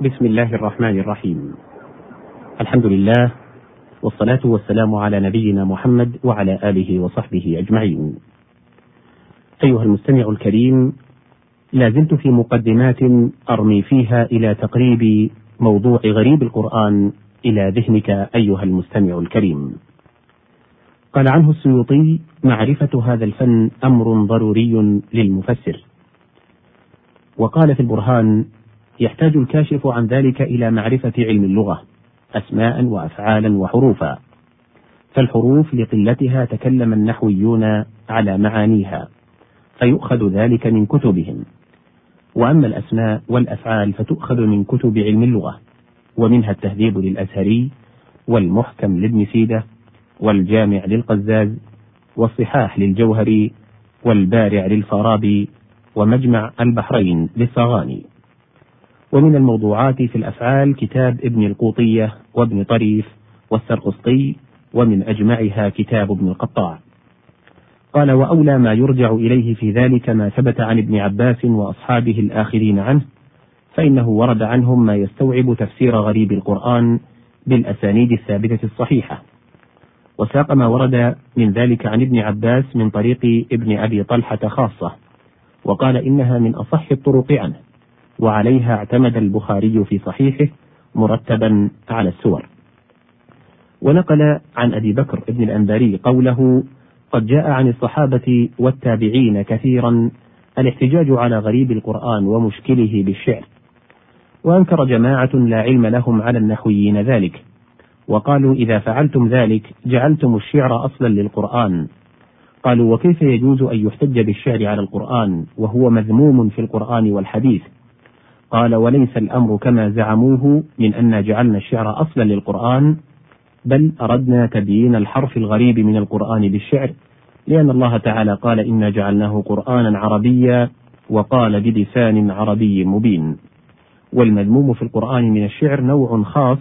بسم الله الرحمن الرحيم. الحمد لله، والصلاة والسلام على نبينا محمد وعلى آله وصحبه أجمعين. أيها المستمع الكريم، لازلت في مقدمات أرمي فيها إلى تقريب موضوع غريب القرآن إلى ذهنك أيها المستمع الكريم. قال عنه السيوطي: معرفة هذا الفن أمر ضروري للمفسر. وقال في البرهان: يحتاج الكاشف عن ذلك إلى معرفة علم اللغة، أسماء وأفعالا وحروفا، فالحروف لقلتها تكلم النحويون على معانيها، فيؤخذ ذلك من كتبهم، وأما الأسماء والأفعال فتؤخذ من كتب علم اللغة، ومنها التهذيب للأزهري، والمحكم لابن سيدة، والجامع للقزاز، والصحاح للجوهري، والبارع للفارابي، ومجمع البحرين للصغاني. ومن الموضوعات في الأفعال كتاب ابن القوطية وابن طريف والسرقسطي، ومن أجمعها كتاب ابن القطاع. قال: وأولى ما يرجع إليه في ذلك ما ثبت عن ابن عباس وأصحابه الآخرين عنه، فإنه ورد عنهم ما يستوعب تفسير غريب القرآن بالأسانيد الثابتة الصحيحة. وساق ما ورد من ذلك عن ابن عباس من طريق ابن أبي طلحة خاصة، وقال إنها من أصح الطرق عنه، وعليها اعتمد البخاري في صحيحه مرتبا على السور. ونقل عن أبي بكر ابن الأنباري قوله: قد جاء عن الصحابة والتابعين كثيرا الاحتجاج على غريب القرآن ومشكله بالشعر، وأنكر جماعة لا علم لهم على النحويين ذلك، وقالوا: إذا فعلتم ذلك جعلتم الشعر أصلا للقرآن. قالوا: وكيف يجوز أن يحتج بالشعر على القرآن وهو مذموم في القرآن والحديث؟ قال: وليس الأمر كما زعموه من أن جعلنا الشعر أصلا للقرآن، بل أردنا تبيين الحرف الغريب من القرآن بالشعر، لأن الله تعالى قال: إنا جعلناه قرآنا عربيا، وقال: بلسان عربي مبين. والمذموم في القرآن من الشعر نوع خاص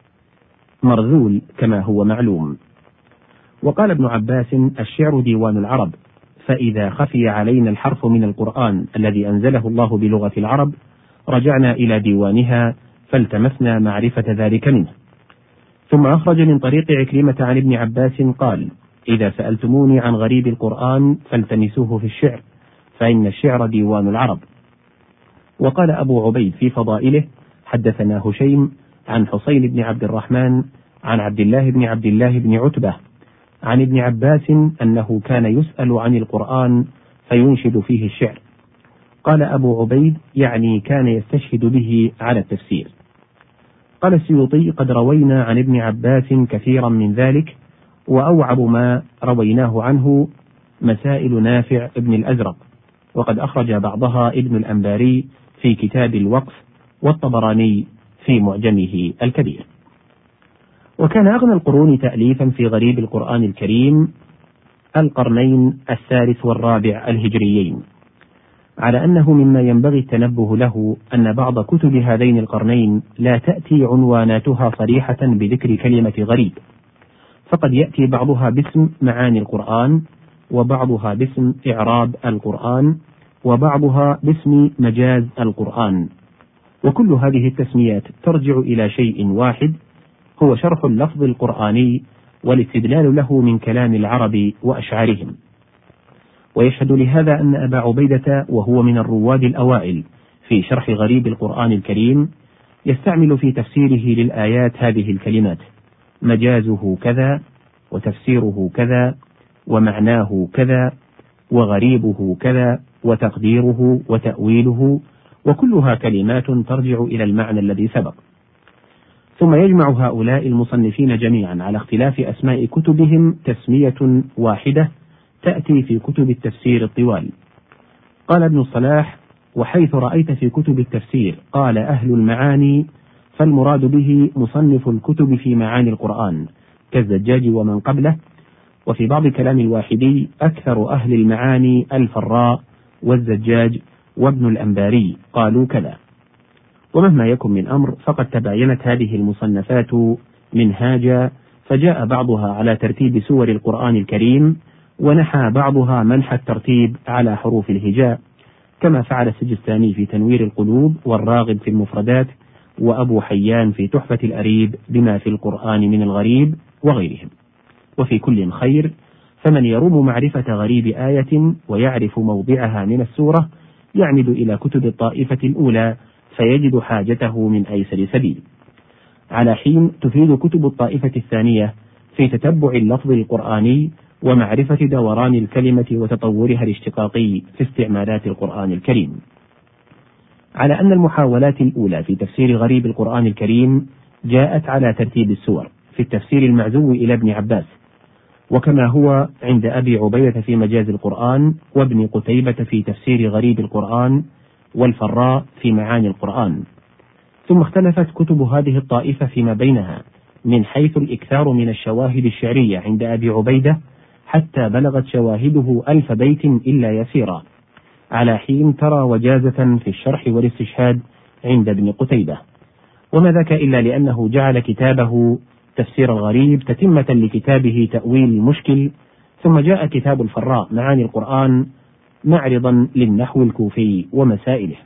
مرذول كما هو معلوم. وقال ابن عباس: الشعر ديوان العرب، فإذا خفي علينا الحرف من القرآن الذي أنزله الله بلغة العرب رجعنا إلى ديوانها فالتمسنا معرفة ذلك منه. ثم أخرج من طريق عكرمة عن ابن عباس قال: إذا سألتموني عن غريب القرآن فالتمسوه في الشعر، فإن الشعر ديوان العرب. وقال أبو عبيد في فضائله: حدثنا هشيم عن حسين بن عبد الرحمن عن عبد الله بن عتبة عن ابن عباس أنه كان يسأل عن القرآن فينشد فيه الشعر. قال أبو عبيد: يعني كان يستشهد به على التفسير. قال السيوطي: قد روينا عن ابن عباس كثيرا من ذلك، وأوعب ما رويناه عنه مسائل نافع ابن الأزرق، وقد أخرج بعضها ابن الأنباري في كتاب الوقف، والطبراني في معجمه الكبير. وكان أغنى القرون تأليفا في غريب القرآن الكريم القرنين الثالث والرابع الهجريين، على أنه مما ينبغي التنبه له أن بعض كتب هذين القرنين لا تأتي عنواناتها صريحة بذكر كلمة غريب، فقد يأتي بعضها باسم معاني القرآن، وبعضها باسم إعراب القرآن، وبعضها باسم مجاز القرآن، وكل هذه التسميات ترجع إلى شيء واحد، هو شرح اللفظ القرآني والاستدلال له من كلام العرب وأشعارهم. ويشهد لهذا أن أبا عبيدة وهو من الرواد الأوائل في شرح غريب القرآن الكريم يستعمل في تفسيره للآيات هذه الكلمات: مجازه كذا، وتفسيره كذا، ومعناه كذا، وغريبه كذا، وتقديره وتأويله، وكلها كلمات ترجع إلى المعنى الذي سبق. ثم يجمع هؤلاء المصنفين جميعا على اختلاف أسماء كتبهم تسمية واحدة تأتي في كتب التفسير الطوال. قال ابن الصلاح: وحيث رأيت في كتب التفسير قال أهل المعاني، فالمراد به مصنف الكتب في معاني القرآن كالزجاج ومن قبله. وفي بعض كلام الواحدي أكثر أهل المعاني الفراء والزجاج وابن الأنباري قالوا كذا. ومهما يكن من أمر فقد تباينت هذه المصنفات منهاجا، فجاء بعضها على ترتيب سور القرآن الكريم، ونحى بعضها منح الترتيب على حروف الهجاء، كما فعل السجستاني في تنوير القلوب، والراغب في المفردات، وأبو حيان في تحفة الأريب بما في القرآن من الغريب وغيرهم. وفي كل خير، فمن يروم معرفة غريب آية ويعرف موضعها من السورة يعمد إلى كتب الطائفة الأولى فيجد حاجته من أيسر سبيل، على حين تفيد كتب الطائفة الثانية في تتبع اللفظ القرآني ومعرفة دوران الكلمة وتطورها الاشتقاقي في استعمالات القرآن الكريم. على أن المحاولات الأولى في تفسير غريب القرآن الكريم جاءت على ترتيب السور في التفسير المعزو إلى ابن عباس، وكما هو عند أبي عبيدة في مجاز القرآن، وابن قتيبة في تفسير غريب القرآن، والفراء في معاني القرآن. ثم اختلفت كتب هذه الطائفة فيما بينها من حيث الإكثار من الشواهد الشعرية عند أبي عبيدة، حتى بلغت شواهده 1000 بيت إلا يسيرا، على حين ترى وجازة في الشرح والاستشهاد عند ابن قتيبة. وما ذاك إلا لأنه جعل كتابه تفسير الغريب تتمة لكتابه تأويل المشكل، ثم جاء كتاب الفراء معاني القرآن معرضا للنحو الكوفي ومسائله.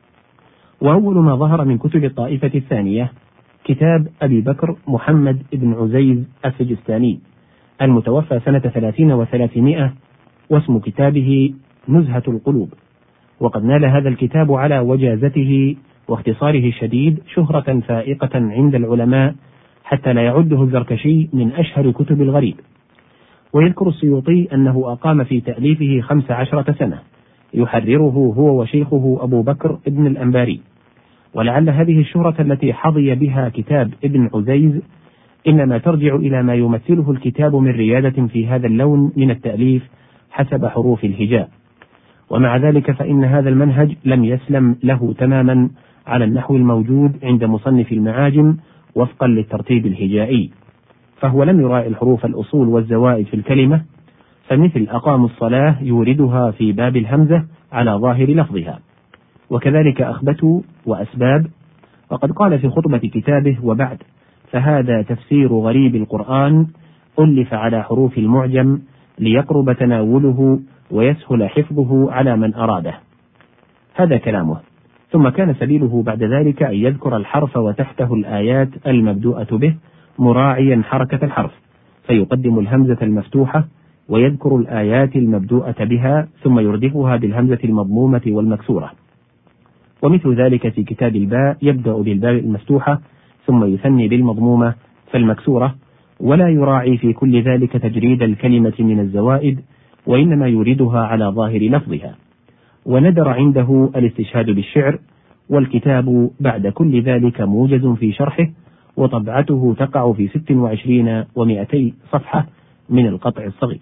وأول ما ظهر من كتب الطائفة الثانية كتاب أبي بكر محمد بن عزيز السجستاني المتوفى سنة 30 و300، واسم كتابه نزهة القلوب. وقد نال هذا الكتاب على وجازته واختصاره الشديد شهرة فائقة عند العلماء، حتى لا يعده الزركشي من أشهر كتب الغريب. ويذكر السيوطي أنه أقام في تأليفه 15 سنة يحرره هو وشيخه أبو بكر ابن الأنباري. ولعل هذه الشهرة التي حظي بها كتاب ابن عزيز إنما ترجع إلى ما يمثله الكتاب من ريادة في هذا اللون من التأليف حسب حروف الهجاء. ومع ذلك فإن هذا المنهج لم يسلم له تماما على النحو الموجود عند مصنف المعاجم وفقا للترتيب الهجائي، فهو لم يراعي الحروف الأصول والزوائد في الكلمة، فمثل أقام الصلاة يوردها في باب الهمزة على ظاهر لفظها، وكذلك أخبتوا وأسباب. وقد قال في خطبة كتابه وبعد، فهذا تفسير غريب القرآن ألف على حروف المعجم ليقرب تناوله ويسهل حفظه على من أراده. هذا كلامه. ثم كان سبيله بعد ذلك أن يذكر الحرف وتحته الآيات المبدوءة به مراعيا حركة الحرف، فيقدم الهمزة المفتوحة ويذكر الآيات المبدوءة بها ثم يردفها بالهمزة المضمومة والمكسورة. ومثل ذلك في كتاب الباء يبدأ بالباء المفتوحة ثم يثني بالمضمومة فالمكسورة، ولا يراعي في كل ذلك تجريد الكلمة من الزوائد، وإنما يوردها على ظاهر لفظها. وندر عنده الاستشهاد بالشعر، والكتاب بعد كل ذلك موجز في شرحه، وطبعته تقع في 26 و200 صفحة من القطع الصغير.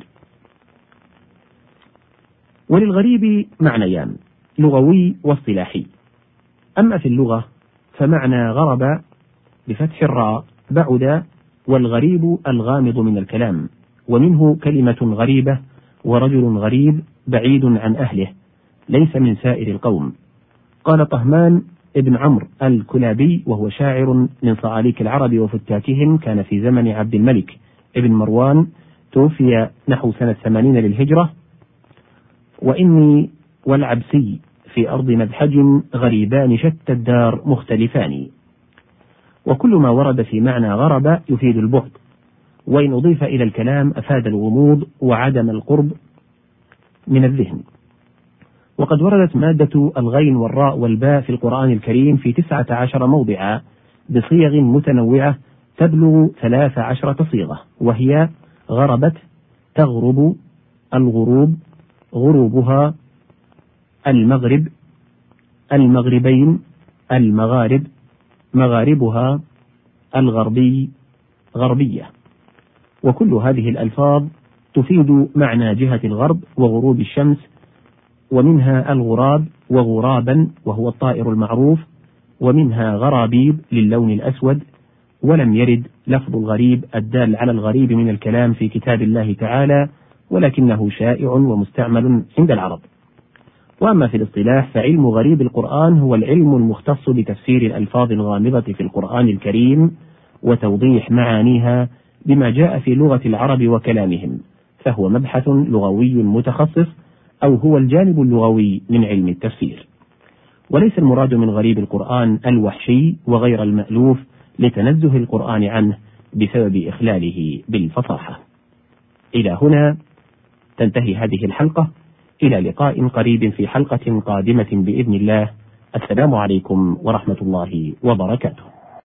وللغريب معنيان، لغوي واصطلاحي. أما في اللغة فمعنى غرب بفتح الراء بعد، والغريب الغامض من الكلام، ومنه كلمة غريبة ورجل غريب بعيد عن أهله ليس من سائر القوم. قال طهمان ابن عمرو الكلابي وهو شاعر من صعاليك العرب وفتاكهم، كان في زمن عبد الملك ابن مروان، توفي نحو سنة 80 للهجرة: وإني والعبسي في أرض مذحج غريبان شتى الدار مختلفان. وكل ما ورد في معنى غرب يفيد البعد، وإن أضيف إلى الكلام أفاد الغموض وعدم القرب من الذهن. وقد وردت مادة الغين والراء والباء في القرآن الكريم في 19 موضعا بصيغ متنوعة تبلغ 13 صيغة، وهي غربت، تغرب، الغروب، غروبها، المغرب، المغربين، المغارب، مغاربها، الغربي، غربية. وكل هذه الألفاظ تفيد معنى جهة الغرب وغروب الشمس، ومنها الغراب وغرابا وهو الطائر المعروف، ومنها غرابيب للون الأسود. ولم يرد لفظ الغريب الدال على الغريب من الكلام في كتاب الله تعالى، ولكنه شائع ومستعمل عند العرب. وأما في الاصطلاح فعلم غريب القرآن هو العلم المختص بتفسير الألفاظ الغامضة في القرآن الكريم وتوضيح معانيها بما جاء في لغة العرب وكلامهم، فهو مبحث لغوي متخصص، أو هو الجانب اللغوي من علم التفسير. وليس المراد من غريب القرآن الوحشي وغير المألوف لتنزه القرآن عنه بسبب إخلاله بالفصاحة. إلى هنا تنتهي هذه الحلقة، إلى لقاء قريب في حلقة قادمة بإذن الله. السلام عليكم ورحمة الله وبركاته.